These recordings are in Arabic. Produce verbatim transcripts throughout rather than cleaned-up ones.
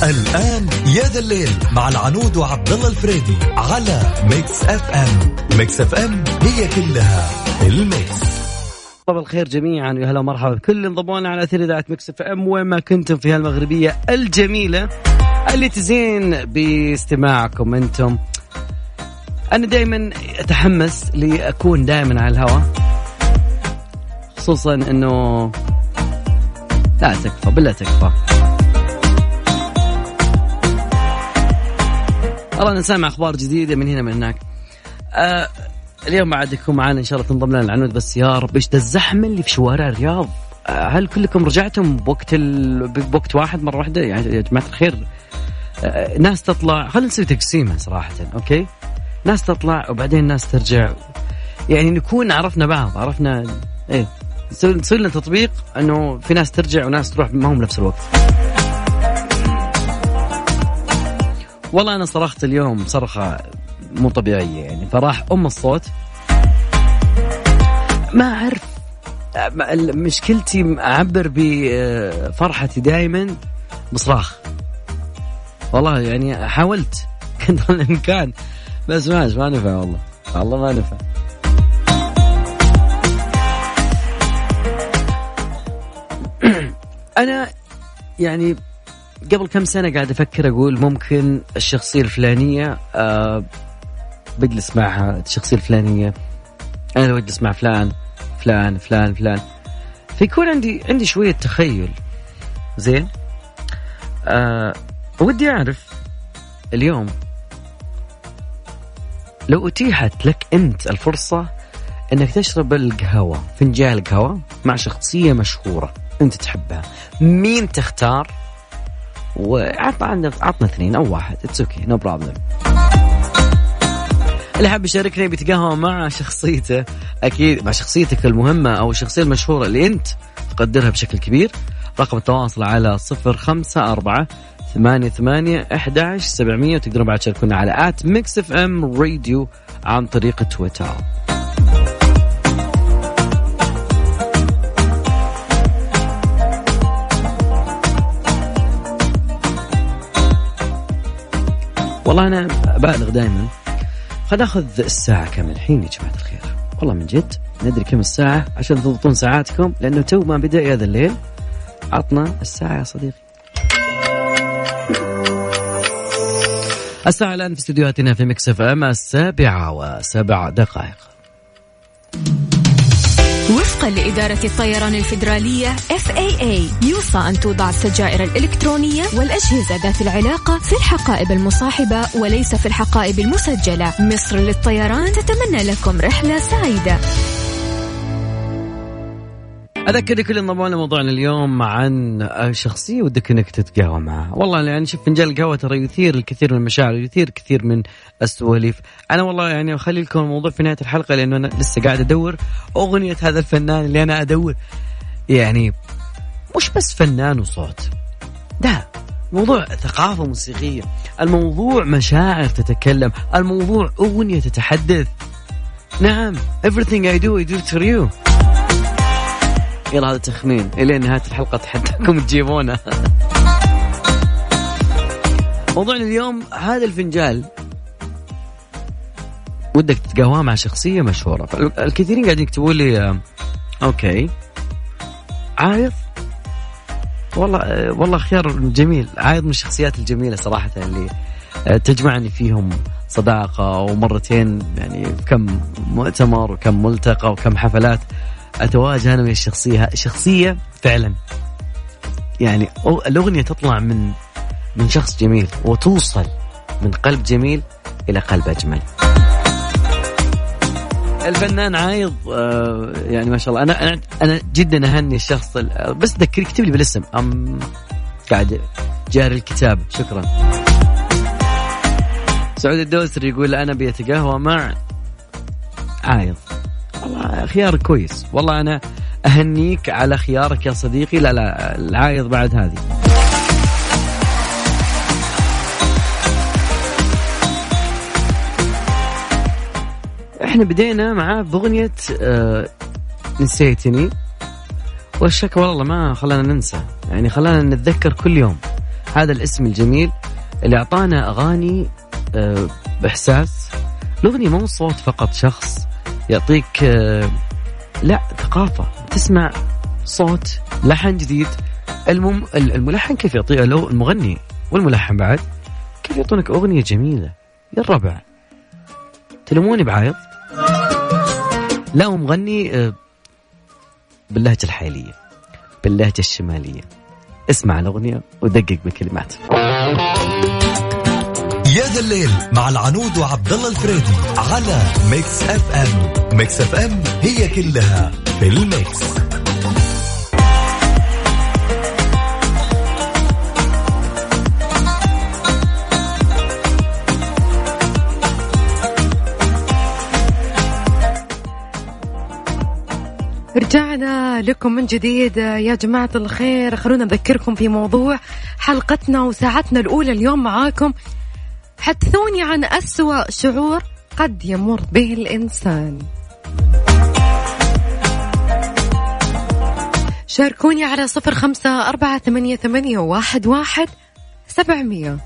الآن يا ذا الليل مع العنود وعبد الله الفريدي على ميكس اف ام. ميكس اف ام هي كلها الميكس. طبعا الخير جميعا ويا هلا ومرحبا بكل انضمونا على اثير اذاعه ميكس اف ام وين ما كنتم في هالمغربيه الجميله اللي تزين باستماعكم انتم. انا دائما اتحمس لاكون دائما على الهواء، خصوصا انه لا تكفى بالله تكفى. أرانا نسمع أخبار جديدة من هنا من هناك. آه اليوم بعد يكون معنا إن شاء الله تنضم لنا العنود. بس يا رب إيش ده الزحمة اللي في شوارع الرياض. آه هل كلكم رجعتم بوقت ال... بوقت واحد مرة واحدة؟ يعني يا جماعة الخير، آه ناس تطلع، خلينا نسوي تقسيمة صراحة. أوكي، ناس تطلع وبعدين ناس ترجع، يعني نكون عرفنا بعض، عرفنا إيه، نسوي لنا تطبيق إنه في ناس ترجع وناس تروح ما هم نفس الوقت. والله أنا صرخت اليوم صرخة مو طبيعية، يعني فراح أم الصوت. ما أعرف مشكلتي أعبر بفرحتي دائما بصراخ. والله يعني حاولت قدر الإمكان بس ماش ما نفع، والله والله ما نفع. أنا يعني قبل كم سنة قاعد أفكر أقول ممكن الشخصية الفلانية أه بجلس معها، الشخصية الفلانية أنا لو أجلس مع فلان فلان فلان فلان فيكون عندي عندي شوية تخيل. زين، أه ودي أعرف اليوم لو أتيحت لك أنت الفرصة أنك تشرب القهوة، فنجان القهوة مع شخصية مشهورة أنت تحبها، مين تختار؟ وعطنا عطنا اثنين أو واحد. It's okay, no problem. اللي حاب يشاركني بيتقهوى مع شخصيته، أكيد مع شخصيتك المهمة أو الشخصية المشهورة اللي أنت تقدرها بشكل كبير. رقم التواصل على صفر خمسة أربعة ثمانية ثمانية أحد عشر سبعمية، وتقدروا بعد تشاركونا على آت ميكس اف ام راديو عن طريق تويتر. والله أنا بالغ دائما، خلينا ناخذ الساعة كم الحين يا جماعة الخير. والله من جد ندري كم الساعة عشان تضبطون ساعاتكم، لأنه تو ما بدأ هذا الليل. عطنا الساعة يا صديقي. الساعة الآن في استديوهاتنا في ميكس اف ام السابعة وسبع دقائق. وفقا لإدارة الطيران الفيدرالية إف إيه إيه يوصى أن توضع السجائر الإلكترونية والأجهزة ذات العلاقة في الحقائب المصاحبة وليس في الحقائب المسجلة. مصر للطيران تتمنى لكم رحلة سعيدة. أذكر كل انضموا لموضوعنا اليوم عن شخصية ودك انك تتقهوى معها. والله يعني شوف فنجان القهوة ترى يثير الكثير من المشاعر، يثير كثير من السواليف. أنا والله يعني أخلي لكم الموضوع في نهاية الحلقة، لأنه أنا لسه قاعد أدور أغنية هذا الفنان اللي أنا أدور. يعني مش بس فنان وصوت، ده موضوع ثقافة موسيقية، الموضوع مشاعر تتكلم، الموضوع أغنية تتحدث. نعم everything I do I do it for you. يلا هذا تخمين إلى نهاية الحلقة تحداكم تجيبونه. موضوعنا اليوم هذا الفنجال ودك تتقهوى مع شخصية مشهورة. الكثيرين قاعدين يكتبوا لي أوكي عايض. والله والله خيار جميل، عايض من الشخصيات الجميلة صراحة اللي تجمعني فيهم صداقة، ومرتين يعني كم مؤتمر وكم ملتقى وكم حفلات أتواجه أنا من الشخصية. شخصية فعلا يعني الأغنية تطلع من من شخص جميل وتوصل من قلب جميل إلى قلب أجمل. الفنان عايض آه يعني ما شاء الله. أنا أنا أنا جدا أهني الشخص، بس ذكري اكتب لي بالاسم. أم قاعد جاري الكتاب. شكرا. سعود الدوسري يقول أنا بيتقهوى مع عايض. والله خيار كويس، والله أنا أهنيك على خيارك يا صديقي. لا لا العايض بعد هذه. احنا بدينا معاه بأغنية آه نسيتني، والشك والله ما خلانا ننسى، يعني خلانا نتذكر كل يوم هذا الاسم الجميل اللي أعطانا أغاني أه بإحساس. الأغنية مو صوت فقط شخص يعطيك أه لا ثقافة، تسمع صوت لحن جديد. المم... الملحن كيف يعطيه له المغني والملحن بعد كيف يعطونك أغنية جميلة. يا الربع تلموني بعايض. لا مغني أه باللهجة الحالية باللهجة الشمالية. اسمع الأغنية ودقق بالكلمات. يا ذا الليل مع العنود وعبد الله الفريدي على ميكس اف ام. ميكس اف ام هي كلها في الميكس. رجعنا لكم من جديد يا جماعة الخير. خلونا نذكركم في موضوع حلقتنا وساعتنا الأولى اليوم معاكم. حدثوني عن أسوأ شعور قد يمر به الإنسان. شاركوني على صفر خمسة أربعة ثمانية ثمانية واحد واحد سبعمية.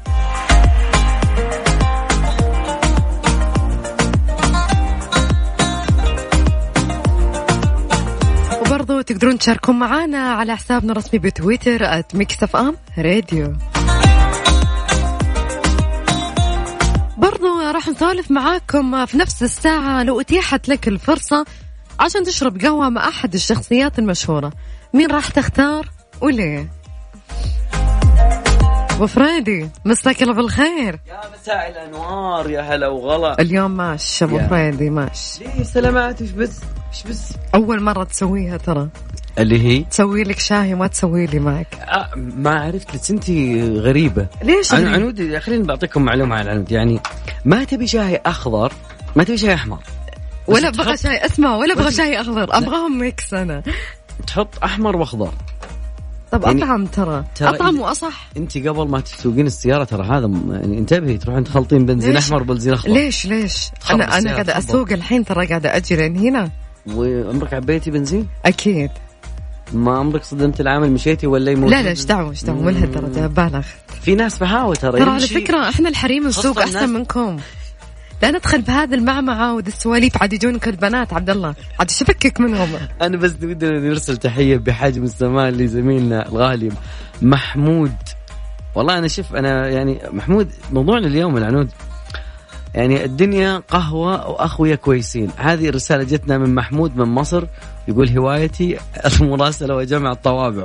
وبرضو تقدرون تشاركون معنا على حسابنا الرسمي بتويتر آت ميكس اف ام راديو. برضو راح نسولف معاكم في نفس الساعة لو أتيحت لك الفرصة عشان تشرب قهوة مع أحد الشخصيات المشهورة، مين راح تختار وليه؟ وفريدي مساك الله بالخير. يا مساء الأنوار، يا هلا وغلا. اليوم ماش أبو فريدي ماش. ليه سلامات؟ وش بس وش بس أول مرة تسويها ترى، اللي هي تسوي لك شاي ما تسوي لي معك. آه ما عرفت لك انتي غريبة. ليش عن عنود؟ خليني بعطيكم معلومة عن العنود. يعني ما تبي شاي أخضر، ما تبي شاي أحمر، ولا بغى شاي اسمع ولا بغى شاي أخضر، أبغاهم ميكس أنا. تحط أحمر وأخضر. طب يعني أطعم ترى, ترى أطعم وأصح. أنت قبل ما تسوقين السيارة ترى هذا يعني انتبهي، تروحين تخلطين بنزين ليش؟ أحمر بنزين أخضر. ليش ليش أنا أنا قاعدة أسوق الحين ترى، قاعدة أجي لين هنا. وعمرك عبيتي بنزين؟ أكيد. ما عمرك صدمت العامل مشيتي ولا يموت؟ لا لا ايش دعوة ايش دعوة من هالدرجة بالغ. في ناس بهاوة ترى. ترى على فكرة احنا الحريم نسوق أحسن منكم. لا ندخل بهذا المعمعة ودي السواليف عاد يجونك البنات عبد الله عاد شبكك منهم. أنا بس ودنا نرسل تحية بحجم السماء لزميلنا الغالي محمود. والله أنا شوف أنا يعني محمود موضوعنا اليوم العنود يعني الدنيا قهوة وأخويا كويسين. هذه الرسالة جتنا من محمود من مصر، يقول هوايتي المراسلة وجمع الطوابع.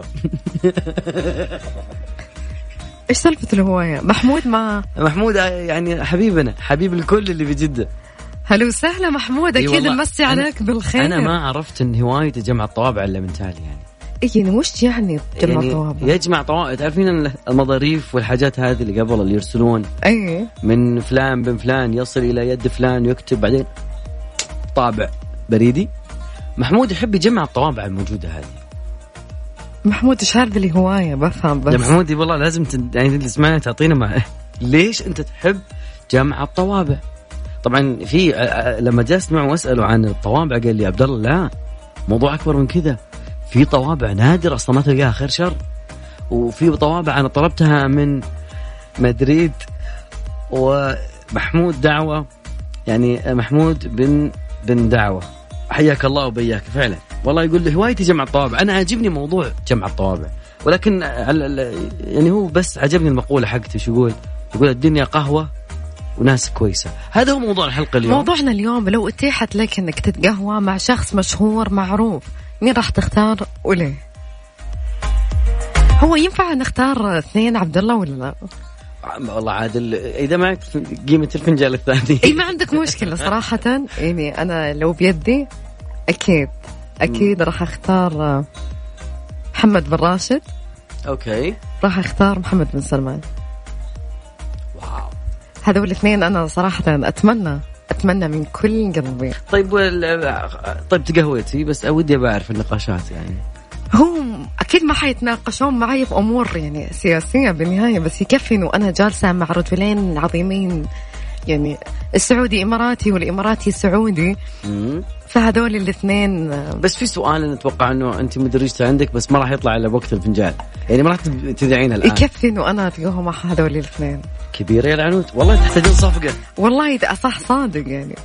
إيش سالفة الهواية محمود؟ ما محمود يعني حبيبنا، حبيب الكل اللي بجدة. هلو سهلة محمود، أكيد نمسي عليك بالخير. أنا ما عرفت إن هوايتي جمع الطوابع إلا من تالي يعني. يعني وش يعني جمع يعني طوابع؟ يجمع طوابع، تعرفين المظاريف والحاجات هذه اللي قبل اللي يرسلون أي من فلان بن فلان يصل إلى يد فلان يكتب بعدين طابع بريدي. محمود يحب يجمع الطوابع الموجودة هذه. محمود إيش هذا اللي هواية بفهم بس. يا محمود والله لازم ت... يعني تسمعنا تعطينا مع ليش أنت تحب جمع الطوابع؟ طبعا في لما جلست معه واسأله عن الطوابع قال لي عبد الله لا موضوع أكبر من كذا، في طوابع نادر أصلا ما تلقاها خير شر، وفي طوابع أنا طلبتها من مدريد. ومحمود دعوة يعني محمود بن بن دعوة حياك الله وبياك فعلا. والله يقول لي هوايتي جمع الطوابع. أنا عجبني موضوع جمع الطوابع، ولكن يعني هو بس عجبني المقولة حقتي شو يقول يقول الدنيا قهوة وناس كويسة. هذا هو موضوع الحلقة اليوم. موضوعنا اليوم لو اتيحت لك انك تتقهوى مع شخص مشهور معروف، مين راح تختار وليه؟ هو ينفع نختار اثنين عبد الله ولا لا؟ والله عادل إذا معك قيمة الفنجان الثاني. اي ما عندك مشكلة صراحة. يعني أنا لو بيدي أكيد أكيد راح أختار محمد بن راشد. أوكي. راح أختار محمد بن سلمان. واو. هذول الاثنين أنا صراحة أتمنى أتمنى من كل قلبي. طيب وال... طيب تقهويتي بس أودي بعرف النقاشات يعني. هم أكيد ما حيتناقشون معي في أمور يعني سياسية بالنهاية، بس يكفي إنه أنا جالسة مع رجلين عظيمين، يعني السعودي إماراتي والإماراتي سعودي. فهذول الاثنين. بس في سؤال أنا أتوقع أنه أنت مدرجته عندك بس ما راح يطلع إلا وقت الفنجان، يعني ما راح تذيعين الآن. يكفي إنه أنا أتقهوى مع هذول الاثنين. كبيرة يا العنود والله تحتاجين صفقة. والله إذا أصح صادق يعني.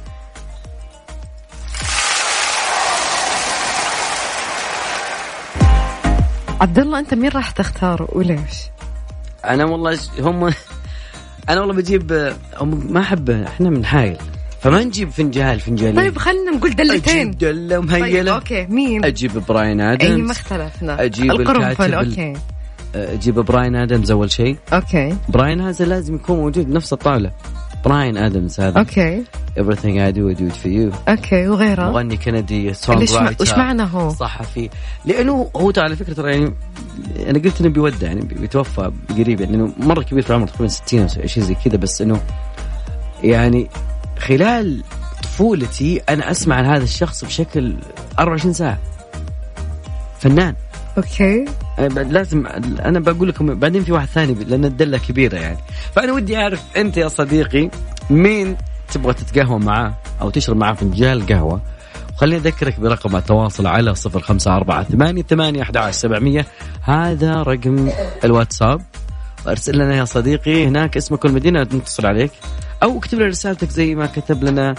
عبد الله أنت مين راح تختار وليش؟ أنا والله هم أنا والله بجيب ما أحب، إحنا من حايل فما نجيب فنجال فنجالين. طيب خلنا نقول دلتين. أجيب دلة مهيلة. طيب أوكي مين؟ أجيب براين آدمز. أي ما اختلفنا. أجيب القرنفل. أوكي. أجيب براين آدمز أول شيء. أوكي. براين هذا لازم يكون موجود بنفس الطاولة. براين آدمز هذا. أوكي. Everything I do I do it for you. أوكي وغيره. مغني كندي سونغ رايتر. وش معنى هو؟ صحفي. لأنه هو على فكرة ترى يعني أنا قلت إنه بيودع يعني بيتوفى قريب يعني إنه مرة كبير في العمر تقريبا ستين أو شيء زي كذا، بس إنه يعني خلال طفولتي أنا أسمع عن هذا الشخص بشكل أربعة وعشرين ساعة. فنان. أوكي. لازم أنا بقول لكم بعدين في واحد ثاني لأن الدلة كبيرة يعني، فأنا ودي أعرف أنت يا صديقي مين تبغى تتقهوى معاه أو تشرب معاه فنجان قهوة. وخليني أذكرك برقم التواصل على صفر خمسة أربعة ثمانية ثمانية أحد عشر سبعمية، هذا رقم الواتساب. وارسل لنا يا صديقي هناك اسمك والمدينة نتصل عليك، أو اكتب لنا رسالتك زي ما كتب لنا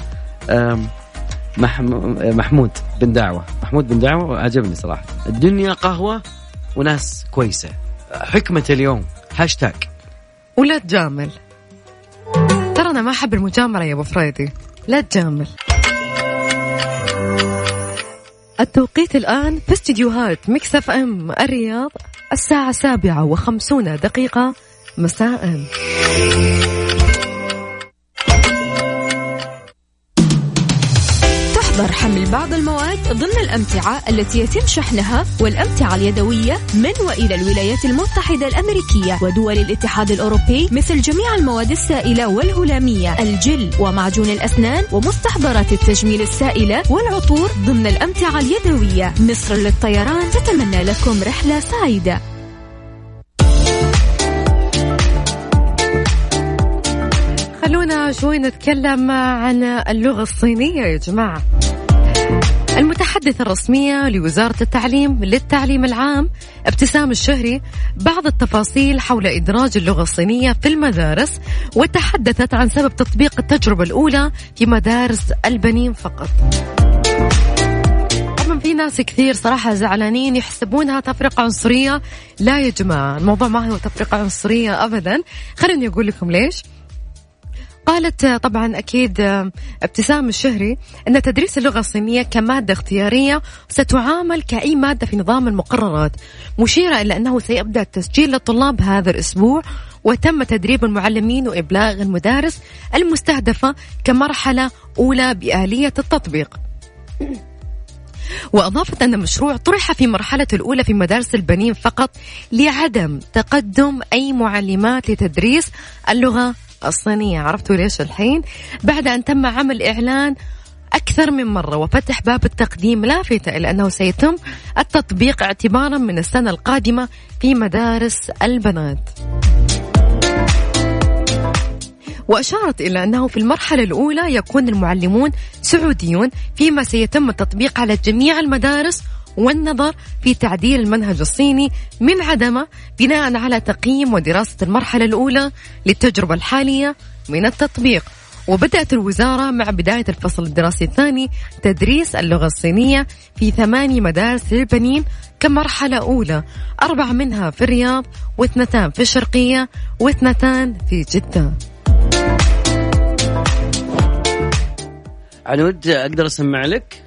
محمود بن دعوة. محمود بن دعوة عجبني صراحة. الدنيا قهوة وناس كويسة. حكمة اليوم هاشتاج ولا تجامل. ترى أنا ما أحب المجاملة يا أبو فريدي، لا تجامل. التوقيت الآن في استديوهات ميكس اف ام الرياض الساعة سابعة وخمسون دقيقة مساء. تحظر حمل بعض المواد ضمن الأمتعة التي يتم شحنها والأمتعة اليدوية من وإلى الولايات المتحدة الأمريكية ودول الاتحاد الأوروبي، مثل جميع المواد السائلة والهلامية، الجل ومعجون الأسنان ومستحضرات التجميل السائلة والعطور ضمن الأمتعة اليدوية. مصر للطيران تتمنى لكم رحلة سعيدة. خلونا شوي نتكلم عن اللغة الصينية يا جماعة. المتحدثة الرسمية لوزارة التعليم للتعليم العام ابتسام الشهري بعض التفاصيل حول إدراج اللغة الصينية في المدارس، وتحدثت عن سبب تطبيق التجربة الأولى في مدارس البنين فقط. طبعا في ناس كثير صراحة زعلانين يحسبونها تفرقة عنصرية. لا يا جماعة، الموضوع ما هو تفرقة عنصرية أبدا. خليني أقول لكم ليش. قالت طبعا أكيد ابتسام الشهري أن تدريس اللغة الصينية كمادة اختيارية ستعامل كأي مادة في نظام المقررات، مشيرة إلى أنه سيبدأ التسجيل للطلاب هذا الأسبوع، وتم تدريب المعلمين وإبلاغ المدارس المستهدفة كمرحلة أولى بآلية التطبيق. وأضافت أن المشروع طرح في مرحلة الأولى في مدارس البنين فقط لعدم تقدم أي معلمات لتدريس اللغة الصينية. عرفتوا ليش الحين؟ بعد أن تم عمل إعلان أكثر من مرة وفتح باب التقديم، لافتة إلى أنه سيتم التطبيق اعتبارا من السنة القادمة في مدارس البنات. وأشارت إلى أنه في المرحلة الأولى يكون المعلمون سعوديون، فيما سيتم التطبيق على جميع المدارس والنظر في تعديل المنهج الصيني من عدمه بناء على تقييم ودراسة المرحلة الأولى للتجربة الحالية من التطبيق. وبدأت الوزارة مع بداية الفصل الدراسي الثاني تدريس اللغة الصينية في ثماني مدارس للبنين كمرحلة أولى، أربع منها في الرياض واثنتان في الشرقية واثنتان في جدة. عنود أقدر أسمع لك؟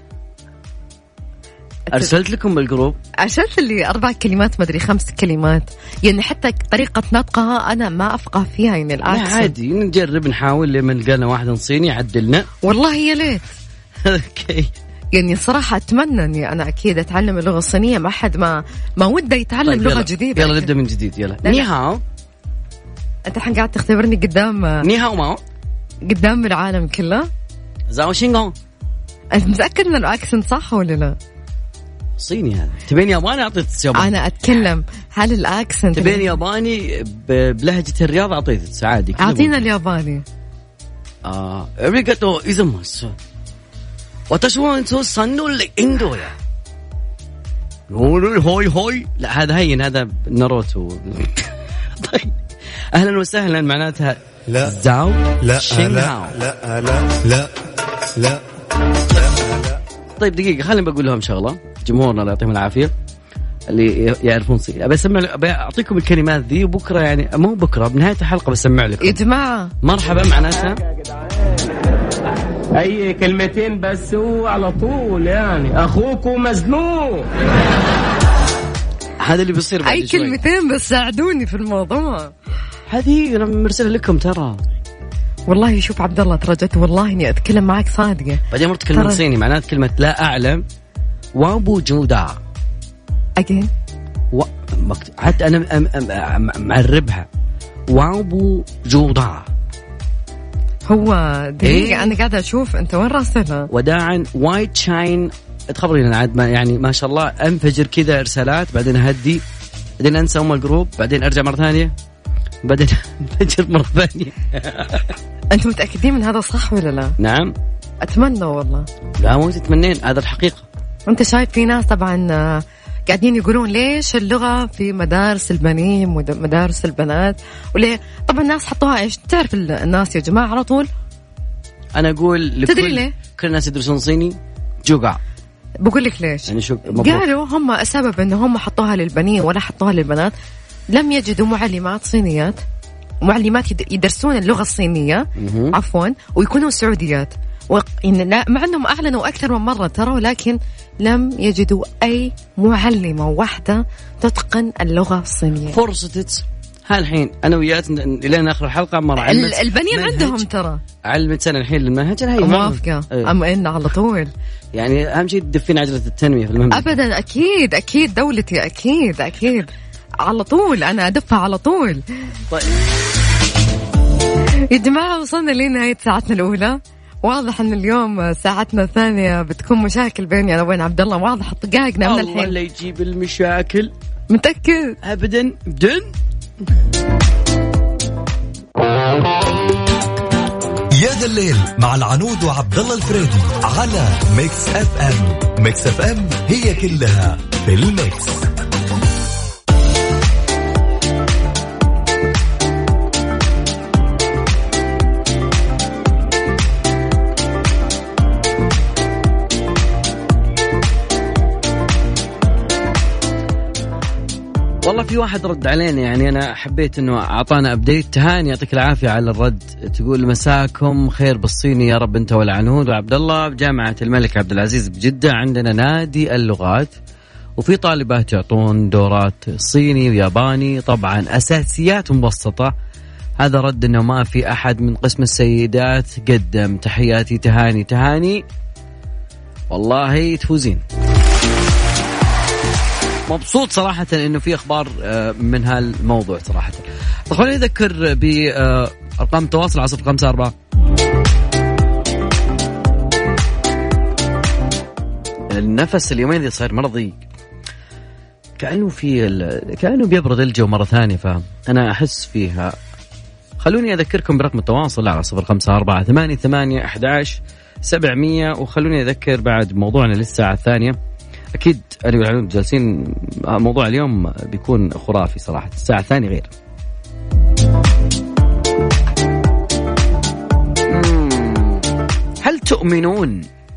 أرسلت لكم بالجروب، أرسلت لي أربع كلمات مدري خمس كلمات، يعني حتى طريقة نطقها أنا ما أفقه فيها. يعني الآكسنت عادي نجرب نحاول لما لقينا واحد صيني يعدلنا. والله يا ليت. أوكي. يعني صراحة أتمنى أني أنا أكيد أتعلم اللغة الصينية، ما حد ما ما وده يتعلم طيب لغة يلا. جديدة. يلا نبدأ من جديد. يلا نيهاو. أنت الحين قاعد تختبرني قدام نيهاو ماو قدام العالم كله. زاو شينغون. أنت متأكد أن الأكسنت صح ولا لا؟ صيني هذا. تبين ياباني أعطيت الياباني. أنا أتكلم هل الأكسنت تبين ياباني بلهجة الرياض أعطيت عادي. أعطينا الياباني. آه أريغاتو إيزوماس. وتشوان صنو اللي اندويا نقول هوي هوي. لا هذا هين، هذا ناروتو. طيب اهلا وسهلا معناتها لا زاو لا لا لا لا لا لا لا. طيب دقيقة خليني بقول لهم شغلة، جمهورنا الله يعطيهم العافية اللي يعرفون صيني. أبي أسمع، أبي أعطيكم الكلمات ذي وبكرة يعني مو بكرة بنهاية الحلقة بسمع لكم. يا جماعة مرحبا معناتها أي كلمتين بس على طول يعني أخوكم مزنوق. هذا اللي بيصير بعد أي شوي. كلمتين بس ساعدوني في الموضوع. هذه أنا مرسلها لكم ترى. والله شوف عبد الله ترى جد والله إني أتكلم معك صادقة. بعدين مرت كلمة صيني معناته كلمة لا أعلم وابو جودا. أجين. و... حتى أنا أم... أم... معربها وابو جودا. هو دقيقة إيه؟ أنا قاعدة أشوف أنت وين راسلها. وداعا وايت شاين تخبرين عاد ما يعني ما شاء الله أنفجر كذا إرسالات، بعدين أهدي، بعدين أنسى أم الجروب، بعدين أرجع مرة ثانية، بعدين أنفجر مرة ثانية. أنتم متأكدين من هذا صح ولا لا؟ نعم أتمنى والله. لا مو تتمنين، هذا الحقيقة. أنت شايف في ناس طبعا قاعدين يقولون ليش اللغة في مدارس البنين ومدارس البنات وليه؟ طبعا الناس حطوها إيش؟ تعرف الناس يا جماعة على طول. أنا أقول لكل تدري ليه؟ كل الناس يدرسون صيني جوجع. بقول لك ليش؟ يعني شو قالوا هم السبب إنه هم حطوها للبنين ولا حطوها للبنات، لم يجدوا معلمات صينيات ومعلمات يدرسون اللغة الصينية عفوا ويكونوا سعوديات، لا مع أنهم أعلنوا أكثر من مرة ترى، ولكن لم يجدوا أي معلمة واحدة تتقن اللغة الصينية. فرصة هالحين أنا وياك لين آخر الحلقة مرة علمت البنين عندهم ترى علمت سنة الحين المنهج هي موافقة ايه. أما إن على طول يعني أهم شيء تدفين عجلة التنمية في المملكة. أبدا أكيد أكيد دولتي أكيد أكيد على طول أنا أدفع على طول. طيب يا جماعة وصلنا لنهاية ساعتنا الأولى. واضح أن اليوم ساعتنا الثانية بتكون مشاكل بيني أنا وبين عبد الله. واضح طقاقنا من الحين. الله لا يجيب المشاكل. متأكد؟ أبدا أبدا. يا ذا الليل مع العنود وعبد الله الفريدي على ميكس اف ام. ميكس اف ام هي كلها في الميكس. والله في واحد رد علينا، يعني أنا حبيت إنه أعطانا أبديت. تهاني يعطيك العافية على الرد. تقول مساكم خير بالصيني يا رب أنت والعنود وعبد الله. بجامعة الملك عبد العزيز بجدة عندنا نادي اللغات وفي طالبات يعطون دورات صيني وياباني، طبعا أساسيات مبسطة. هذا رد إنه ما في أحد من قسم السيدات قدم. تحياتي تهاني. تهاني والله تفوزين. مبسوط صراحة إنه في أخبار من هالموضوع صراحة. خليني أذكر بأرقام التواصل على صفر خمسة أربعة. النفس اليومين ذي صار مرة ضيق، كأنه في ال... كأنه بيبرد الجو مرة ثانية، فأنا أحس فيها. خلوني أذكركم برقم التواصل على صفر خمسة أربعة ثمانية ثمانية أحد عشر سبعمية. وخلوني أذكر بعد موضوعنا للساعة الثانية. أكيد أنا والعنود جالسين، موضوع اليوم بيكون خرافي صراحة. الساعة الثانية غير. هل تؤمنون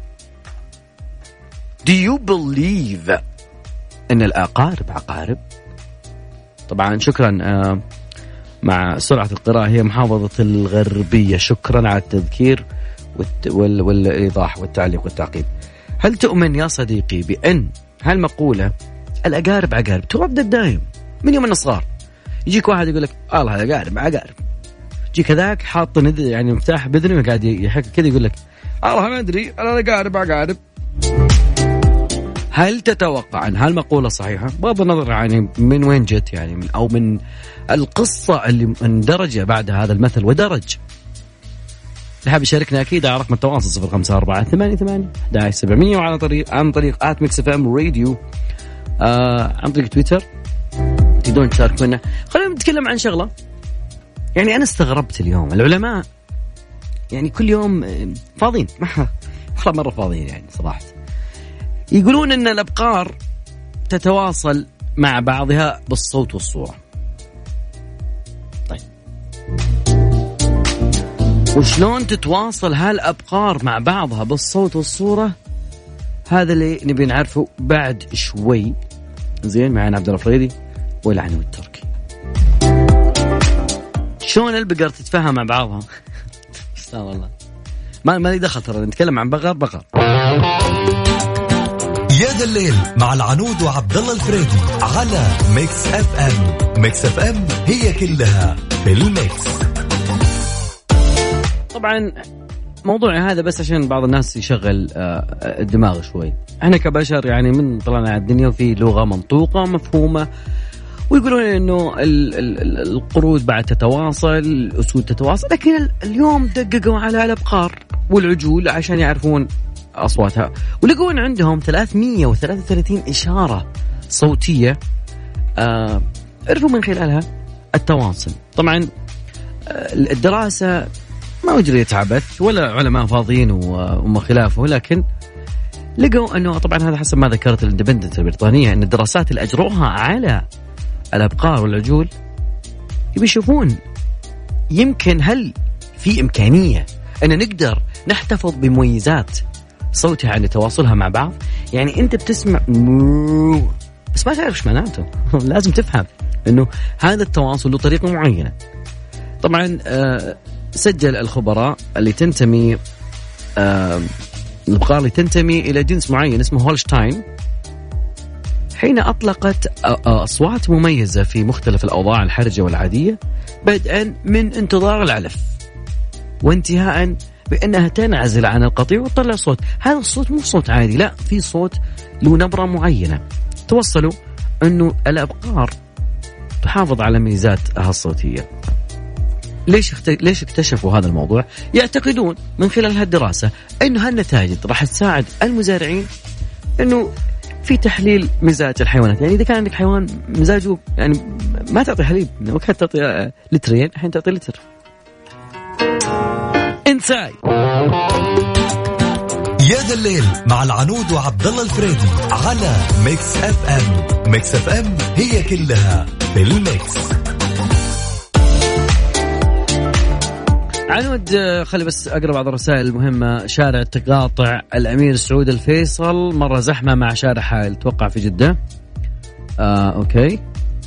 Do you believe أن الأقارب عقارب؟ طبعا شكرا. مع سرعة القراءة هي محافظة الغربية. شكرا على التذكير وال... والإيضاح والتعليق والتعقيب. هل تؤمن يا صديقي بأن هالمقولة الأقارب عقارب تردد دائم من يوم الصغار؟ يجيك واحد يقول لك الله الأقارب عقارب، يجي كذاك حاط ند يعني مفتاح بذنه وقاعد يحكي كذا يقول لك الله ما أدري أنا الأقارب عقارب. هل تتوقع أن هالمقولة صحيحة؟ بغض النظر يعني من وين جت، يعني من أو من القصة اللي اندرج بعد هذا المثل ودرج. اللي حاب يشاركنا أكيد على رقم التواصل صفر خمسة أربعة ثمانية ثمانية أحد عشر سبعمية وعلى طريق عن طريق آت ميكس اف ام راديو آه عن طريق تويتر تقدرون تشاركونا. خلينا نتكلم عن شغلة. يعني أنا استغربت اليوم العلماء يعني كل يوم فاضيين، ما والله مرة فاضيين يعني صراحة. يقولون أن الأبقار تتواصل مع بعضها بالصوت والصورة. طيب وشلون تتواصل هالأبقار مع بعضها بالصوت والصورة؟ هذا اللي نبي نعرفه بعد شوي. زين معنا عبد الله الفريدي والعنود التركي. شلون البقر تتفاهم مع بعضها؟ استغفر الله ما ما لي دخل ترى نتكلم عن بقر بقر. يا ذا الليل مع العنود وعبد الله الفريدي على ميكس اف ام. ميكس اف ام هي كلها في الميكس. طبعا موضوعي هذا بس عشان بعض الناس يشغل الدماغ شوي. احنا كبشر يعني من طلعنا على الدنيا وفي لغة منطوقة مفهومة، ويقولون انه القرود بعد تتواصل، الاسود تتواصل، لكن اليوم دققوا على الابقار والعجول عشان يعرفون اصواتها، ولقون عندهم ثلاثمية وثلاثة وثلاثين اشارة صوتية آه عرفوا من خلالها التواصل. طبعا الدراسة ما أجريت عبث ولا علماء فاضيين وما خلافه، لكن لقوا أنه طبعا هذا حسب ما ذكرت الاندبندنت البريطانية أن الدراسات اللي أجروها على الأبقار والعجول يبي يشوفون يمكن هل في إمكانية أن نقدر نحتفظ بمميزات صوتها عند تواصلها مع بعض. يعني أنت بتسمع بس ما تعرف إيش معناته لازم تفهم أنه هذا التواصل له طريقة معينة. طبعا آه سجل الخبراء اللي تنتمي آه الأبقار اللي تنتمي إلى جنس معين اسمه هولشتاين حين أطلقت أصوات مميزة في مختلف الأوضاع الحرجة والعادية، بدءا من انتظار العلف وانتهاء بأنها تنعزل عن القطيع وتطلع صوت. هذا الصوت مو صوت عادي، لا، في صوت له نبرة معينة. توصلوا أنه الأبقار تحافظ على ميزاتها الصوتية. ليش اخت... ليش اكتشفوا هذا الموضوع؟ يعتقدون من خلال هالدراسة أنه هالنتائج راح تساعد المزارعين أنه في تحليل مزاج الحيوانات. يعني إذا كان عندك حيوان مزاجه يعني ما تعطي حليب، وقت تعطي لترين الحين تعطي لتر. انساي يا ذا الليل مع العنود وعبد الله الفريدي على ميكس اف ام. ميكس اف ام هي كلها في الميكس. عنود خلي بس أقرأ بعض الرسائل المهمة. شارع تقاطع الأمير سعود الفيصل مرة زحمة مع شارع حائل، توقع في جدة. آه، أوكي.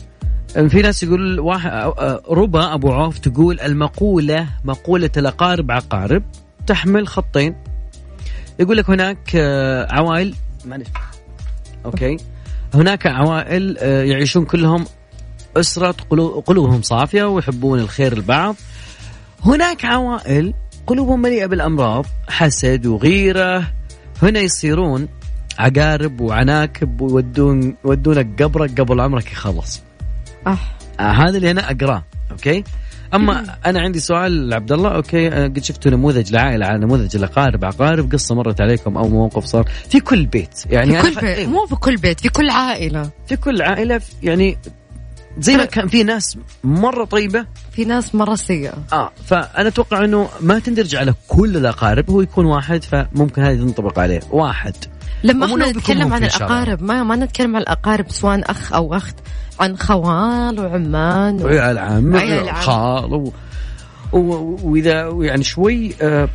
في ناس يقول واحد آه ربا أبو عوف تقول المقولة مقولة الأقارب عقارب تحمل خطين. يقول لك هناك آه عوائل معلش أوكي هناك عوائل آه يعيشون كلهم أسرة قلوبهم صافية ويحبون الخير البعض. هناك عوائل قلوبهم مليئة بالأمراض، حسد وغيرة، هنا يصيرون عقارب وعناكب ويودون ودونك قبرك قبل عمرك يخلص. آه. آه هذا اللي أنا أقرأ. أوكي. أما أنا عندي سؤال لعبد الله. أوكي أنا قد شفتوا نموذج لعائلة على نموذج الأقارب عقارب، قصة مرت عليكم أو موقف صار في كل بيت يعني في كل بيت. مو في كل بيت، في كل عائلة، في كل عائلة يعني زي ما كان في ناس مرة طيبة في ناس مرة سيئة. آه فأنا أتوقع أنه ما تندرج على كل الأقارب، هو يكون واحد فممكن هذا تنطبق عليه واحد. لما احنا نتكلم عن الأقارب ما ما نتكلم عن الأقارب سواء أخ أو أخت، عن خوال وعمان وعيال عم وخال و... و... وإذا يعني شوي آه...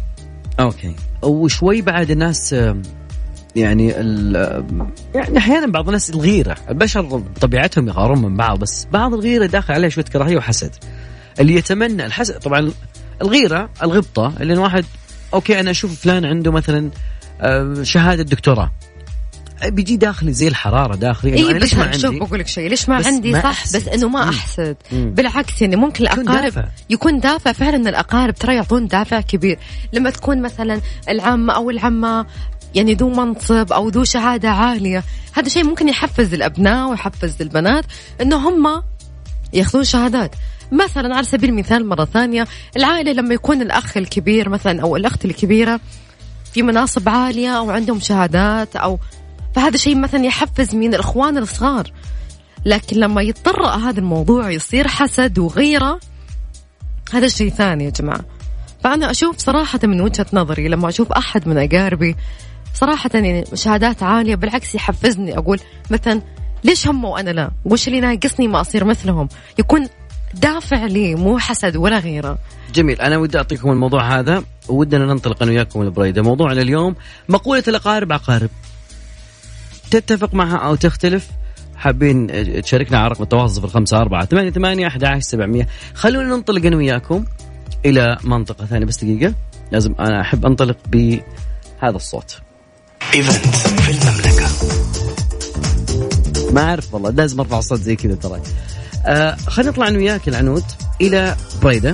أوكي وشوي بعد الناس آه... يعني ال... يعني أحيانا بعض الناس الغيرة، البشر طبيعتهم يغارون من بعض، بس بعض الغيرة داخل عليه شوية كراهية وحسد. اللي يتمنى الحسد طبعا الغيرة الغبطة اللي واحد أوكي أنا أشوف فلان عنده مثلا شهادة دكتوراه بيجي داخلي زي الحرارة داخلي. إيه بس شوف بقول لك شيء ليش ما عندي ما صح أحسد. بس إنه ما أحسد مم. بالعكس يعني ممكن الأقارب دافع. يكون دافع فعلا. الأقارب ترى يعطون دافع كبير لما تكون مثلا العمة أو العمة يعني ذو منصب أو ذو شهادة عالية، هذا شيء ممكن يحفز الأبناء ويحفز البنات إنه هم يأخذون شهادات. مثلا على سبيل المثال مرة ثانية العائلة لما يكون الأخ الكبير مثلا أو الأخت الكبيرة في مناصب عالية أو عندهم شهادات أو فهذا شيء مثلا يحفز من الإخوان الصغار. لكن لما يتطرق هذا الموضوع يصير حسد وغيرة، هذا شيء ثاني يا جماعة. فأنا أشوف صراحة من وجهة نظري لما أشوف أحد من أقاربي صراحة يعني شهادات عالية بالعكس يحفزني، أقول مثلا ليش هم وأنا لا، وش اللي ناقصني ما أصير مثلهم، يكون دافع لي مو حسد ولا غيره. جميل. أنا ودي أعطيكم الموضوع هذا وودنا ننطلق أنا وياكم البريدة. موضوعنا اليوم مقولة الأقارب عقارب، تتفق معها أو تختلف؟ حابين تشاركنا على رقم التواصل صفر خمسة أربعة ثمانية ثمانية أحد عشر سبعمية. خلونا ننطلق أنا وياكم إلى منطقة ثانية. بس دقيقة، لازم أنا أحب أنطلق بهذا الصوت. إيفنت في المملكة. ما أعرف والله، لازم أرفع صوت زي كذا ترى. آه خلينا نطلع أنا وياك العنود إلى بريدة.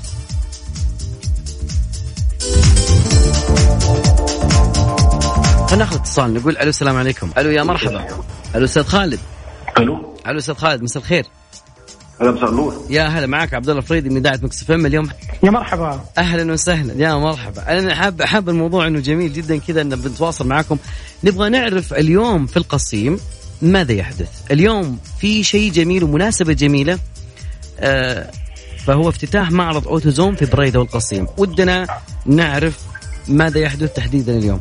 خلينا ناخذ اتصال، نقول ألو السلام عليكم. ألو يا مرحبا. ألو أستاذ خالد. ألو. ألو أستاذ خالد، مساء الخير. هلا مساء النور. يا هلا، معك عبد الله الفريدي من إذاعة مكس إف إم اليوم. يا مرحبا. أهلا وسهلا يا مرحبا. أنا حاب حاب الموضوع إنه جميل جدا كذا، إن بنتواصل معكم. نبغى نعرف اليوم في القصيم ماذا يحدث. اليوم في شيء جميل ومناسبة جميلة، آه فهو افتتاح معرض أوتوزون في بريدة والقصيم. ودنا نعرف ماذا يحدث تحديدا اليوم.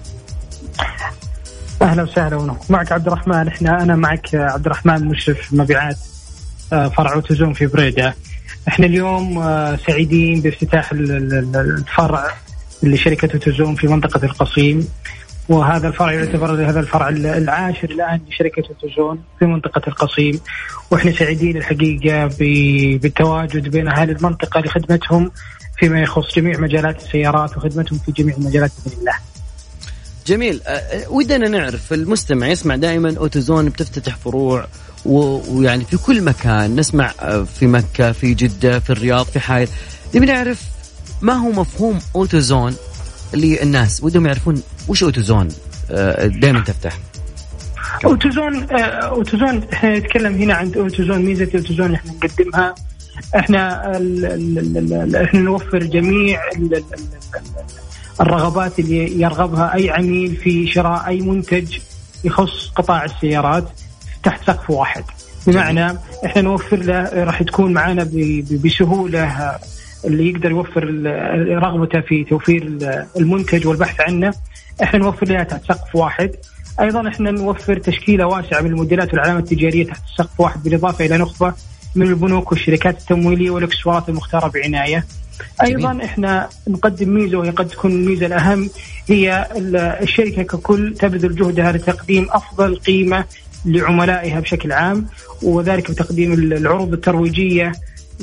أهلا وسهلا، معك عبد الرحمن. إحنا أنا معك عبد الرحمن مشرف مبيعات فرع أوتوزون في بريدة. إحنا اليوم سعيدين بافتتاح الفرع لشركة أوتوزون في منطقة القصيم، وهذا الفرع يعتبر هذا الفرع العاشر الآن لشركة أوتوزون في منطقة القصيم. وإحنا سعيدين الحقيقة بالتواجد بين أهل المنطقة لخدمتهم فيما يخص جميع مجالات السيارات وخدمتهم في جميع المجالات بإذن الله. جميل. أه ودنا نعرف، المستمع يسمع دائما أوتوزون بتفتتح فروع ويعني في كل مكان، نسمع في مكة، في جدة، في الرياض، في حائل. نبي نعرف ما هو مفهوم أوتوزون اللي الناس ودهم يعرفون وش أوتوزون أه دائما تفتح. أوتوزون أوتوزون احنا نتكلم هنا عن أوتوزون. ميزة أوتوزون احنا نقدمها، احنا ال ال ال احنا نوفر جميع ال ال الرغبات اللي يرغبها أي عميل في شراء أي منتج يخص قطاع السيارات تحت سقف واحد. بمعنى إحنا نوفر له، راح تكون معنا بسهولة اللي يقدر يوفر رغبته في توفير المنتج والبحث عنه، إحنا نوفر له تحت سقف واحد. أيضا إحنا نوفر تشكيلة واسعة من الموديلات والعلامات التجارية تحت سقف واحد، بالإضافة إلى نخبة من البنوك والشركات التمويلية والإكسسوارات المختارة بعناية. أيضا إحنا نقدم ميزة، وهي قد تكون الميزة الأهم، هي الشركة ككل تبذل جهدها لتقديم أفضل قيمة لعملائها بشكل عام، وذلك بتقديم العروض الترويجية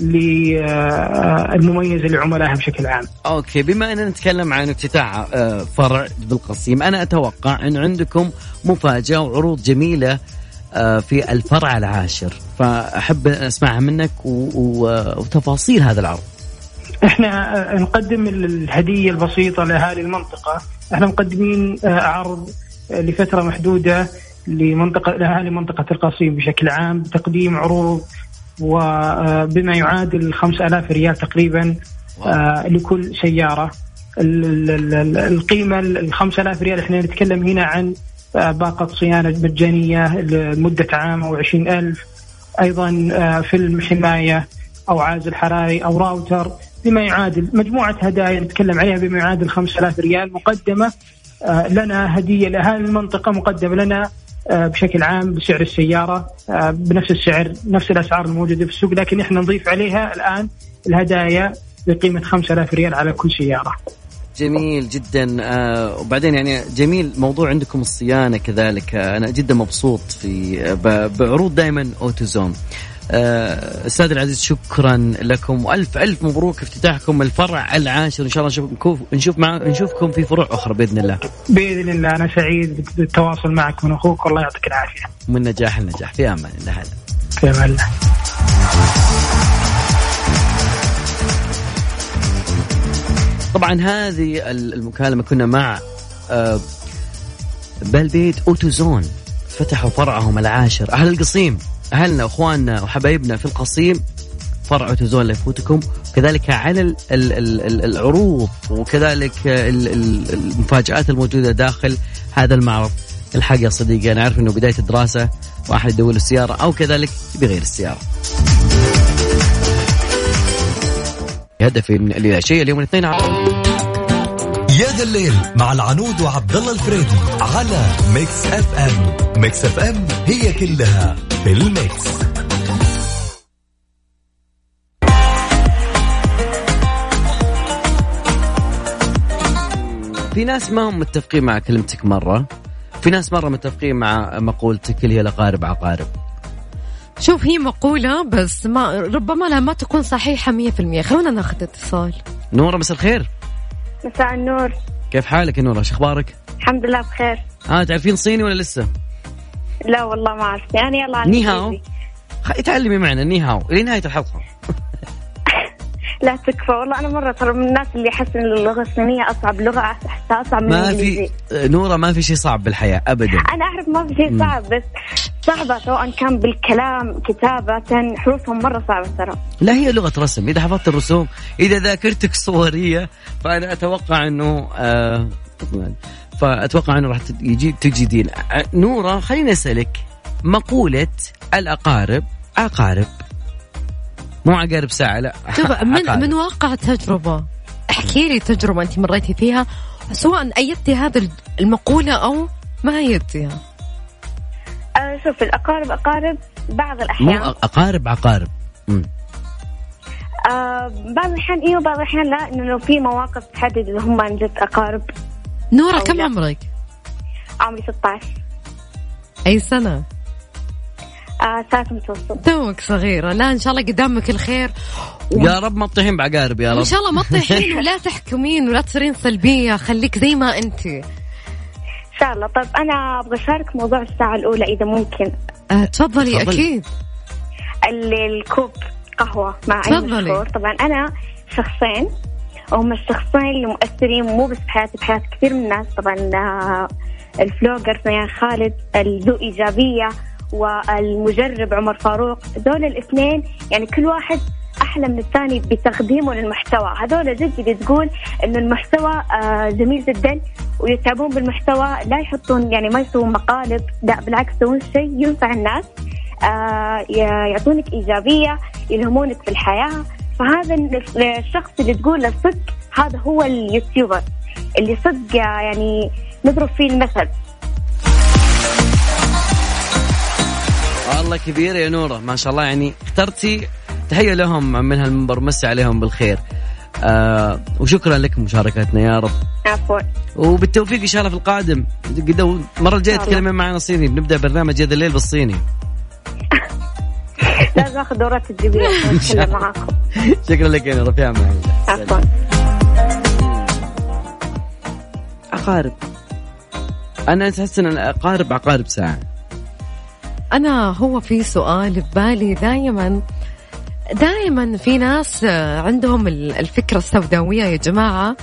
المميزة لعملائها بشكل عام. أوكي، بما أننا نتكلم عن افتتاح فرع بالقصيم، أنا أتوقع أن عندكم مفاجأة وعروض جميلة في الفرع العاشر، فأحب أسمعها منك وتفاصيل هذا العرض. احنا نقدم الهدية البسيطة لأهالي المنطقة. احنا مقدمين عرض لفترة محدودة لمنطقة لأهالي منطقة القصيم بشكل عام، بتقديم عروض وبما يعادل خمسة آلاف ريال تقريبا لكل سيارة. القيمة الخمسة آلاف ريال احنا نتكلم هنا عن باقة صيانة مجانية لمدة عام أو عشرين ألف، أيضا فيلم حماية أو عازل حراري أو راوتر بما يعادل مجموعة هدايا نتكلم عليها بما يعادل خمسة آلاف ريال مقدمة لنا، هدية لأهالي المنطقة مقدمة لنا بشكل عام بسعر السيارة، بنفس السعر نفس الأسعار الموجودة في السوق، لكن إحنا نضيف عليها الآن الهدايا بقيمة خمسة آلاف ريال على كل سيارة. جميل جدا. آه وبعدين يعني جميل موضوع عندكم الصيانة كذلك. آه أنا جدا مبسوط في بعروض دائما أوتوزون. آه أستاذ العزيز شكرا لكم وألف ألف مبروك افتتاحكم الفرع العاشر. إن شاء الله نشوف نشوف مع نشوفكم في فروع أخرى بإذن الله. بإذن الله. أنا سعيد بالتواصل معك من أخوك، والله يعطيك العافية. من نجاح لنجاح، في أمان الله. هلا في أمان الله. طبعا هذه المكالمة كنا مع آه بالبيت أوتوزون، فتحوا فرعهم العاشر. أهل القصيم، أهلنا وأخواننا وحبايبنا في القصيم، فرع أوتوزون لا يفوتكم. وكذلك على ال ال ال العروض وكذلك ال ال المفاجآت الموجودة داخل هذا المعرض. الحق يا صديقي، أنا عارف أنه بداية الدراسة واحد يدور السيارة أو كذلك بغير السيارة. هدفي من الشيء اليوم الاثنين يا ذا الليل مع العنود وعبد الله الفريدي على ميكس اف ام. ميكس اف ام هي كلها في الميكس. في ناس ما هم متفقين مع كلمتك مرة، في ناس مرة متفقين مع مقولتك اللي هي الأقارب عقارب. شوف هي مقولة بس ما ربما لا ما تكون صحيحة مية في المية. خلونا ناخذ اتصال. نورة مساء الخير. مساء النور. كيف حالك يا نورة؟ شو أخبارك؟ الحمد لله بخير. آه تعرفين صيني ولا لسه؟ لا والله ما أعرف يعني. يلا نيهاو. تعلمي معنا نيهاو إلى نهاية الحلقة. لا تكفى والله. أنا مرة ترى من الناس اللي يحس إن اللغة الصينية أصعب لغة، أحسها أصعب من الإنجليزية. ما في نورة ما في شيء صعب بالحياة أبدا. أنا أعرف ما في شيء صعب بس صعبة سواء كان بالكلام كتابة، حروفهم مرة صعبة ترى. لا هي لغة رسم، إذا حفظت الرسوم، إذا ذاكرتك صورية، فأنا أتوقع إنه آه فأتوقع إنه راح يجي تجدين. نورة خليني أسألك، مقولة الأقارب عقارب مو عقارب ساعة، لا من, من واقع تجربة. احكي لي تجربة أنت مريتي فيها سواء أيدتي هذا المقولة أو ما أيدتيها. أه شوف الأقارب أقارب بعض الأحيان. مو أقارب عقارب. أه بعض الأحيان إيه وبعض الأحيان لا، إنه في مواقف تحدد إذا هم عن جد أقارب. نورة كم عمرك؟ عمري ستة عشر. أي سنة؟ آه ساعة متوسط. توك صغيرة. لا إن شاء الله قدامك الخير و... يا رب ما تطيحين بعقارب يا رب. إن شاء الله ما تطيحين ولا تحكمين ولا تصيرين سلبية، خليك زي ما أنت إن شاء الله. طيب أنا أبغى أشارك موضوع الساعة الأولى إذا ممكن. آه تفضلي. أكيد. الكوب قهوة مع أي مشهور. طبعا أنا شخصين وهم الشخصين اللي مؤثرين مو بس بحياتي، بحياة كثير من الناس. طبعا الفلوجر يعني خالد، الذو إيجابية، والمجرب عمر فاروق. هذول الاثنين يعني كل واحد أحلى من الثاني بتقديمه للمحتوى. هذول جد بتقول إنه المحتوى جميل جدا ويتعبون بالمحتوى، لا يحطون يعني ما يسوون مقالب، لا بالعكس يسوون شيء ينفع الناس، يعطونك إيجابية، يلهمونك في الحياة. فهذا الشخص اللي تقول الصدق هذا هو اليوتيوبر اللي صدق يعني نضرب فيه المثل. والله كبير يا نورة ما شاء الله، يعني اخترتي. تحية لهم من هالمنبر، مسي عليهم بالخير. آه وشكرا لك مشاركتنا يا رب. عفوا. وبالتوفيق إن شاء الله في القادم. مرة الجاية تكلمين معنا صيني، بنبدأ برنامج هذا الليل بالصيني. لازم أخذ دورات تدريبية أتكلم معاكم. شكرا لك يا نورة، في أمان الله. عفوا. أقارب، أنا تحس إن الأقارب عقارب ساعة. أنا هو في سؤال ببالي دائما دائما في ناس عندهم الفكرة السوداوية يا جماعة.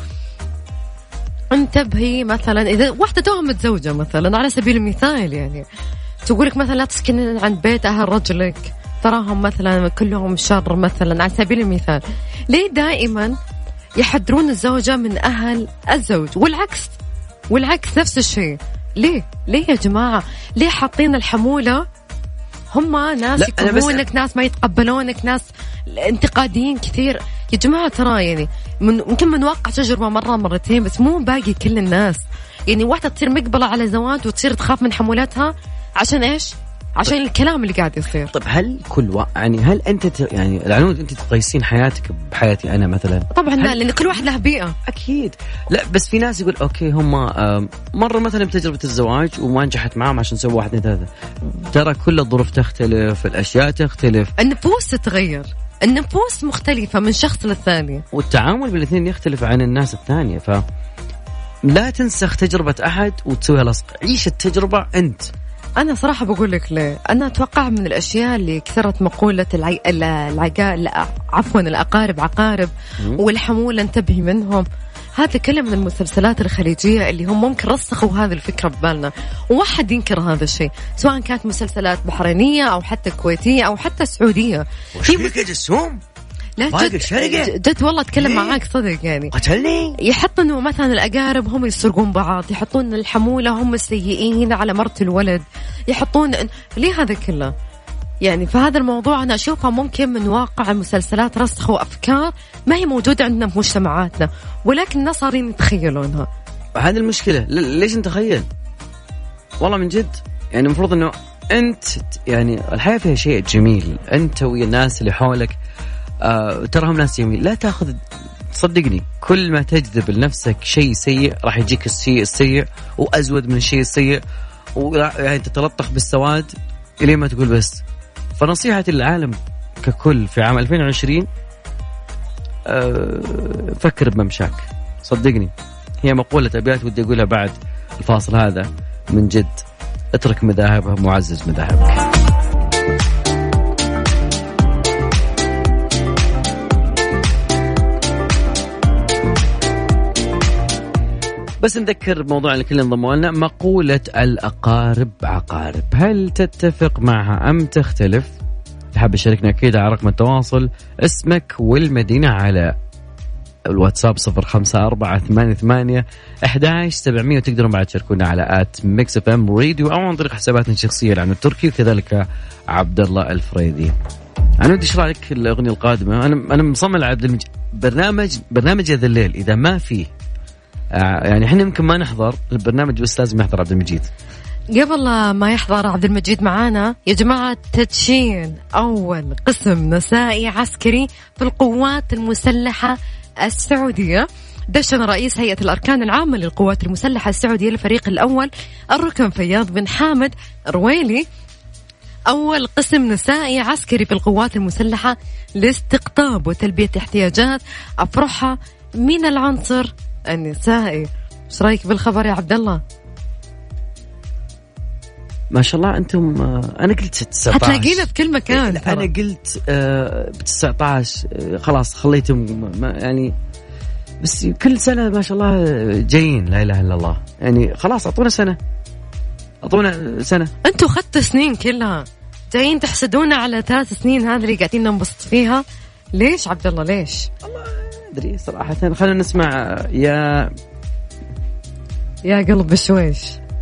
انتبهي مثلا إذا واحدة توها متزوجة مثلا على سبيل المثال، يعني تقولك مثلا لا تسكن عند بيت أهل رجلك، تراهم مثلا كلهم شر مثلا على سبيل المثال. ليه دائما يحذرون الزوجة من أهل الزوج والعكس والعكس نفس الشيء؟ ليه ليه يا جماعة؟ ليه حاطين الحمولة؟ هم ناس يكرهونك، ناس ما يتقبلونك، ناس انتقاديين كثير يا جماعة. ترى يعني من ممكن من واقع تجربة مرة مرتين بس مو باقي كل الناس. يعني واحدة تصير مقبلة على زواج وتصير تخاف من حمولتها عشان إيش؟ عشان طيب. الكلام اللي قاعد يصير. طيب هل كل و... يعني هل أنت ت... يعني العنود أنت تقيسين حياتك بحياتي أنا مثلا؟ طبعا هل... لا، لأن كل واحد له بيئة. أكيد. لا بس في ناس يقول أوكي هم مرة مثلا بتجربة الزواج وما نجحت معهم عشان سووا واحد اثنين ثلاثة. ترى كل الظروف تختلف، الأشياء تختلف، النفوس تتغير، النفوس مختلفة من شخص للثاني، والتعامل بالاثنين يختلف عن الناس الثانية. ف لا تنسخ تجربة أحد وتسويها لصق، عيش التجربة أنت. أنا صراحة بقول لك ليه. أنا أتوقع من الأشياء اللي كثرت مقولة العي... العقا لا عفوا الأقارب عقارب والحمولة انتبهي منهم. هذا كلام من المسلسلات الخليجية اللي هم ممكن رسخوا هذه الفكرة ببالنا، وواحد ينكر هذا الشيء سواء كانت مسلسلات بحرينية أو حتى كويتية أو حتى سعودية. وش فيك جسوم؟ لا جد, جد والله أتكلم ليه؟ معاك صدق يعني قتلني. يحط إنه مثلا الأقارب هم يسرقون بعض، يحطون الحمولة هم السيئين على مرت الولد، يحطون ليه هذا كله؟ يعني فهذا الموضوع أنا أشوفه ممكن من واقع المسلسلات رسخوا أفكار ما هي موجودة عندنا في مجتمعاتنا، ولكن الناس صارين يتخيلونها. هذه المشكلة. ليش نتخيل؟ والله من جد يعني المفروض أنه أنت يعني الحياة فيها شيء جميل، أنت ويا الناس اللي حولك آه تراهم ناس جميل. لا تأخذ، صدقني كل ما تجذب لنفسك شيء سيء راح يجيك الشيء السيء وأزود من الشيء السيء، ويعني تتلطخ بالسواد إلى ما تقول بس. فنصيحة العالم ككل في عام ألفين وعشرين أه فكر بممشاك. صدقني هي مقولة أبيات ودي أقولها بعد الفاصل هذا. من جد اترك مذاهبها معزز مذاهبك. بس نذكر بموضوع اللي كلنا انضموا لنا، مقولة الأقارب عقارب. هل تتفق معها أم تختلف؟ تحب تشاركنا أكيد على رقم التواصل اسمك والمدينة على الواتساب صفر خمسة أربعة ثمانية ثمانية أحد عشر سبعمية، وتقدرون بعد تشاركونا على آت ميكس اف ام راديو أو عن طريق حساباتنا الشخصية العنو التركي وكذلك عبد الله الفريدي. أنا ودي أشرح لك الأغنية القادمة. أنا أنا مصمم على عبد المجيد. برنامج برنامج هذا الليل إذا ما فيه يعني احنا يمكن ما نحضر البرنامج بس لازم يحضر عبد المجيد. قبل ما يحضر عبد المجيد معانا يا جماعة، تدشين أول قسم نسائي عسكري في القوات المسلحة السعودية. دشن رئيس هيئة الأركان العامة للقوات المسلحة السعودية الفريق الأول الركن فياض بن حامد رويلي أول قسم نسائي عسكري في القوات المسلحة لاستقطاب وتلبية احتياجات أفرحها من العنصر النسائي. ايش رايك بالخبر يا عبد الله؟ ما شاء الله انتم. انا قلت تسعة عشر هتلاقينا في كل مكان. انا قلت ب تسعة عشر خلاص خليتم يعني، بس كل سنه ما شاء الله جايين. لا اله الا الله، يعني خلاص اعطونا سنه، اعطونا سنه. انتوا خدتوا سنين كلها جايين تحسدونا على ثلاث سنين هذه اللي قاعدين ننبسط فيها. ليش عبد الله ليش؟ والله أدري صراحة. خلينا نسمع يا يا قلب بشويش.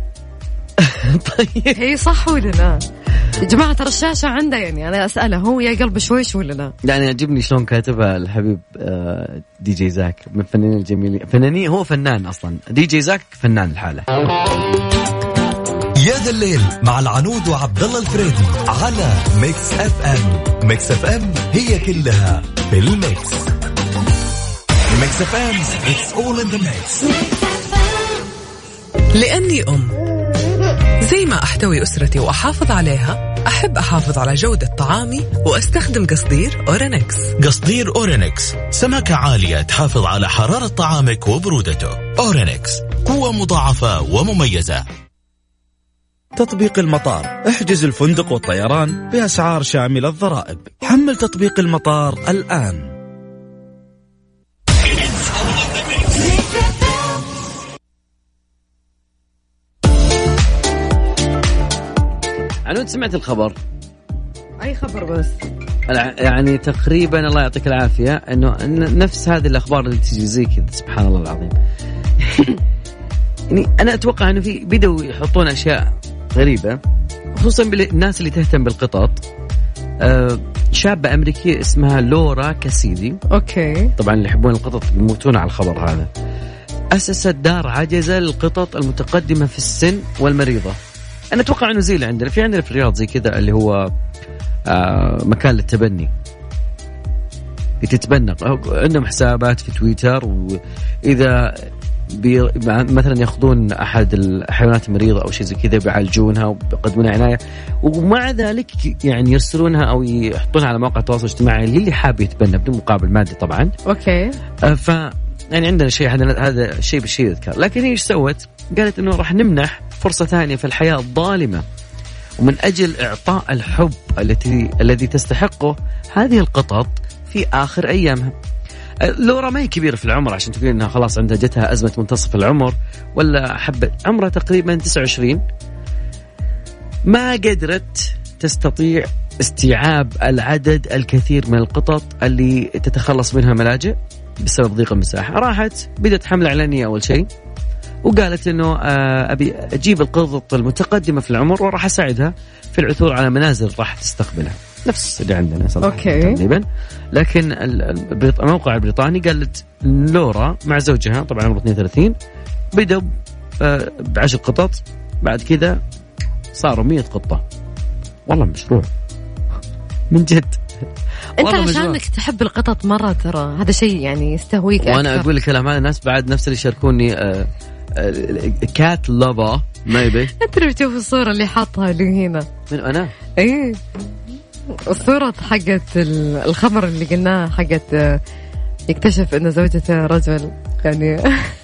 طيب هي صح ولا لا يا جماعة؟ ترى الشاشة عنده، يعني أنا أسأله هو يا قلب بشويش ولا لا؟ يعني عجبني شلون كاتبها الحبيب دي جي زاك من الفنانين الجميلين. فنانين، هو فنان أصلا. دي جي زاك فنان الحالة. يا ذا الليل مع العنود وعبد الله الفريدي على ميكس اف ام. ميكس اف ام هي كلها في الميكس. ميكس اف ام it's all in the mix. لأني أم، زي ما أحتوي أسرتي وأحافظ عليها، أحب أحافظ على جودة طعامي وأستخدم قصدير أورينكس. قصدير أورينكس سمكة عالية تحافظ على حرارة طعامك وبرودته. أورينكس قوة مضاعفة ومميزة. تطبيق المطار، احجز الفندق والطيران بأسعار شاملة الضرائب. حمل تطبيق المطار الآن. عنود سمعت الخبر؟ أي خبر؟ بس يعني تقريبا الله يعطيك العافية إنه نفس هذه الأخبار اللي تجي زي كذا. سبحان الله العظيم. يعني أنا أتوقع إنه في بدأوا يحطون أشياء غريبة، خصوصا بالناس اللي تهتم بالقطط. أه شابة أمريكية اسمها لورا كاسيدي. أوكي. طبعا اللي يحبون القطط يموتون على الخبر هذا. أسست دار عجزة للقطط المتقدمة في السن والمريضة. أنا أتوقع إنه زي اللي عندنا في عندنا في الرياض زي كذا، اللي هو آه مكان للتبني، تتبنى. عندهم حسابات في تويتر، وإذا بي مثلا ياخذون أحد الحيوانات المريضة أو شيء زي كذا بيعالجونها وبيقدمونها عناية، ومع ذلك يعني يرسلونها أو يحطونها على مواقع التواصل الاجتماعي للي حاب يتبنى بدون مقابل مادي طبعا. أوكي. آه ف يعني عندنا شيء، هذا الشيء بالشيء يذكر. لكن هي ايش سوت؟ قالت إنه راح نمنح فرصة ثانية في الحياة الظالمة، ومن أجل إعطاء الحب التي الذي تستحقه هذه القطط في آخر أيامها. لورا ما هي كبيرة في العمر عشان تقول إنها خلاص عندها جتها أزمة منتصف العمر ولا حبة، عمرها تقريبا تسعة وعشرين. ما قدرت تستطيع استيعاب العدد الكثير من القطط اللي تتخلص منها ملاجئ بسبب ضيق المساحة. راحت بدأت حملة إعلانية أول شيء، وقالت إنه أبي أجيب القطط المتقدمة في العمر وراح أساعدها في العثور على منازل راح تستقبلها نفس اللي عندنا صراحة تقريبا. لكن الموقع البريطاني قالت لورا مع زوجها طبعا عمره اثنين وثلاثين بدأوا بعشر قطط، بعد كذا صاروا مية قطة. والله مشروع من جد. انت عشانك تحب القطط مرة ترى هذا شيء يعني يستهويك أكثر. وانا اقول الكلام هذا الناس بعد نفس اللي يشاركوني آه كات لافا ما يبي. انت لو تشوف الصورة اللي حاطها لي هنا من انا ايه الصورة حقت الخبر اللي قلناه حقت يكتشف ان زوجته رجل يعني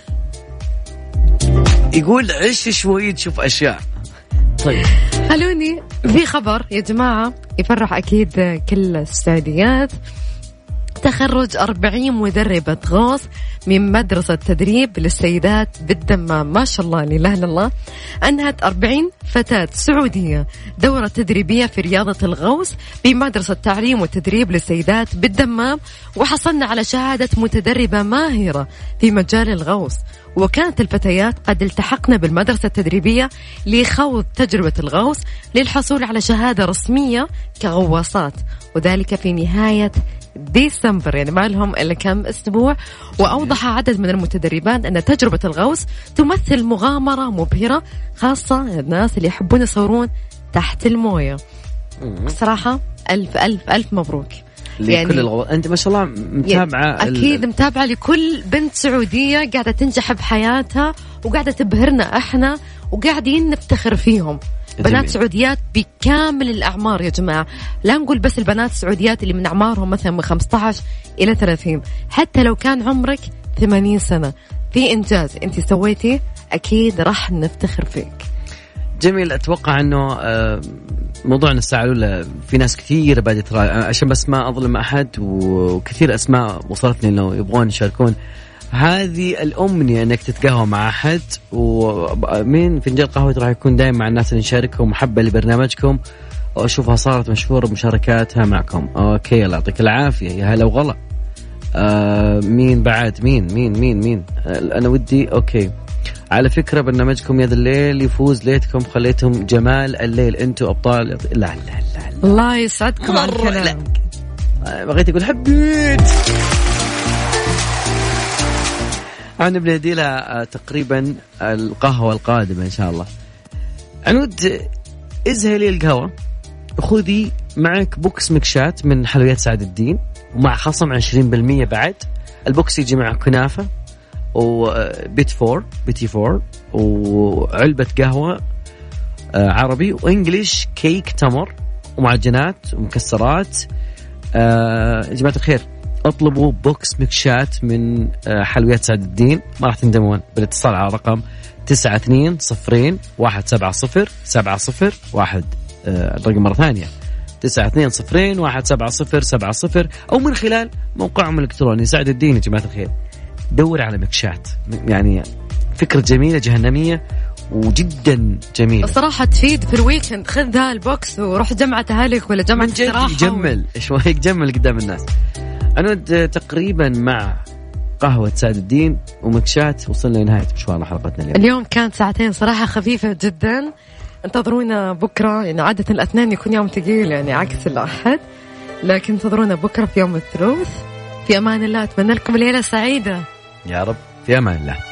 يقول عيش شوي تشوف اشياء. طيب خلوني في خبر يا جماعة يفرح أكيد كل السعوديات. تخرج أربعين مدربة غوص من مدرسة تدريب للسيدات بالدمام. ما شاء الله لا إله إلا الله. أنهت أربعين فتاة سعودية دورة تدريبية في رياضة الغوص بمدرسة تعليم وتدريب للسيدات بالدمام، وحصلنا على شهادة متدربة ماهرة في مجال الغوص. وكانت الفتيات قد التحقنا بالمدرسة التدريبية لخوض تجربة الغوص للحصول على شهادة رسمية كغواصات، وذلك في نهاية ديسمبر، يعني ما لهم إلا كم أسبوع. وأوضح عدد من المتدربات أن تجربة الغوص تمثل مغامرة مبهرة خاصة الناس اللي يحبون يصورون تحت الموية. صراحة ألف ألف ألف مبروك يعني كل الغو... أنت ما شاء الله متابعة يعني أكيد ال... متابعة لكل بنت سعودية قاعدة تنجح بحياتها وقاعدة تبهرنا إحنا وقاعدين نفتخر فيهم. جميل. بنات سعوديات بكامل الأعمار يا جماعة، لا نقول بس البنات السعوديات اللي من أعمارهم مثلا من خمسة عشر إلى ثلاثين، حتى لو كان عمرك ثمانين سنة في إنجاز أنت سويتي أكيد راح نفتخر فيك. جميل. أتوقع أنه موضوعنا الساعة الأولى في ناس كثير بدأت عشان بس ما أظلم أحد، وكثير أسماء وصلتني إنه يبغون يشاركون هذه الأمنية أنك تتقهوى مع أحد، ومين فنجان قهوة راح يكون دائما مع الناس اللي نشاركهم محبة لبرنامجكم وأشوفها صارت مشهورة بمشاركاتها معكم. أوكي الله يعطيك العافية يا هلا وغلا. آه مين بعد مين مين مين مين آه أنا ودي أوكي على فكرة برنامجكم يا ذا الليل يفوز ليتكم خليتهم جمال الليل أنتوا أبطال. لا لا لا, لا. الله يسعدكم على الكلام. بغيت أقول حبيت أنا بندي لها تقريبا القهوة القادمة إن شاء الله. عنود ازهلي القهوة، خذي معك بوكس مكشات من حلويات سعد الدين ومع خصم عشرين بالمية بعد. البوكس يجي مع كنافة وبيت فور بيتي فور وعلبة قهوة عربي وإنجليش كيك تمر ومعجنات ومكسرات. يا جماعة الخير اطلبوا بوكس مكشات من حلويات سعد الدين، ما راح تندمون بالاتصال على رقم تسعة اثنين صفرين واحد سبعة صفر سبعة صفر واحد. الرقم مرة ثانية تسعة اثنين صفرين واحد سبعة صفر سبعة صفر، أو من خلال موقعهم الإلكتروني سعد الدين. يا جماعة الخير دور على مكشات، يعني فكرة جميلة جهنمية وجدا جميلة الصراحة، تفيد في الويكند. خذ ذا البوكس وروح جمعة أهلك ولا جمعة استراحة يجمل و... شوي يجمل قدام الناس. أنا تقريبا مع قهوة سعد الدين ومكشات وصلنا لنهاية مشوار حلقتنا اليوم. اليوم كانت ساعتين صراحة خفيفة جدا. انتظرونا بكرة، يعني عادة الاثنين يكون يوم ثقيل يعني عكس الأحد، لكن انتظرونا بكرة في يوم الثلاث. في أمان الله، أتمنى لكم ليلة سعيدة يا رب. في أمان الله.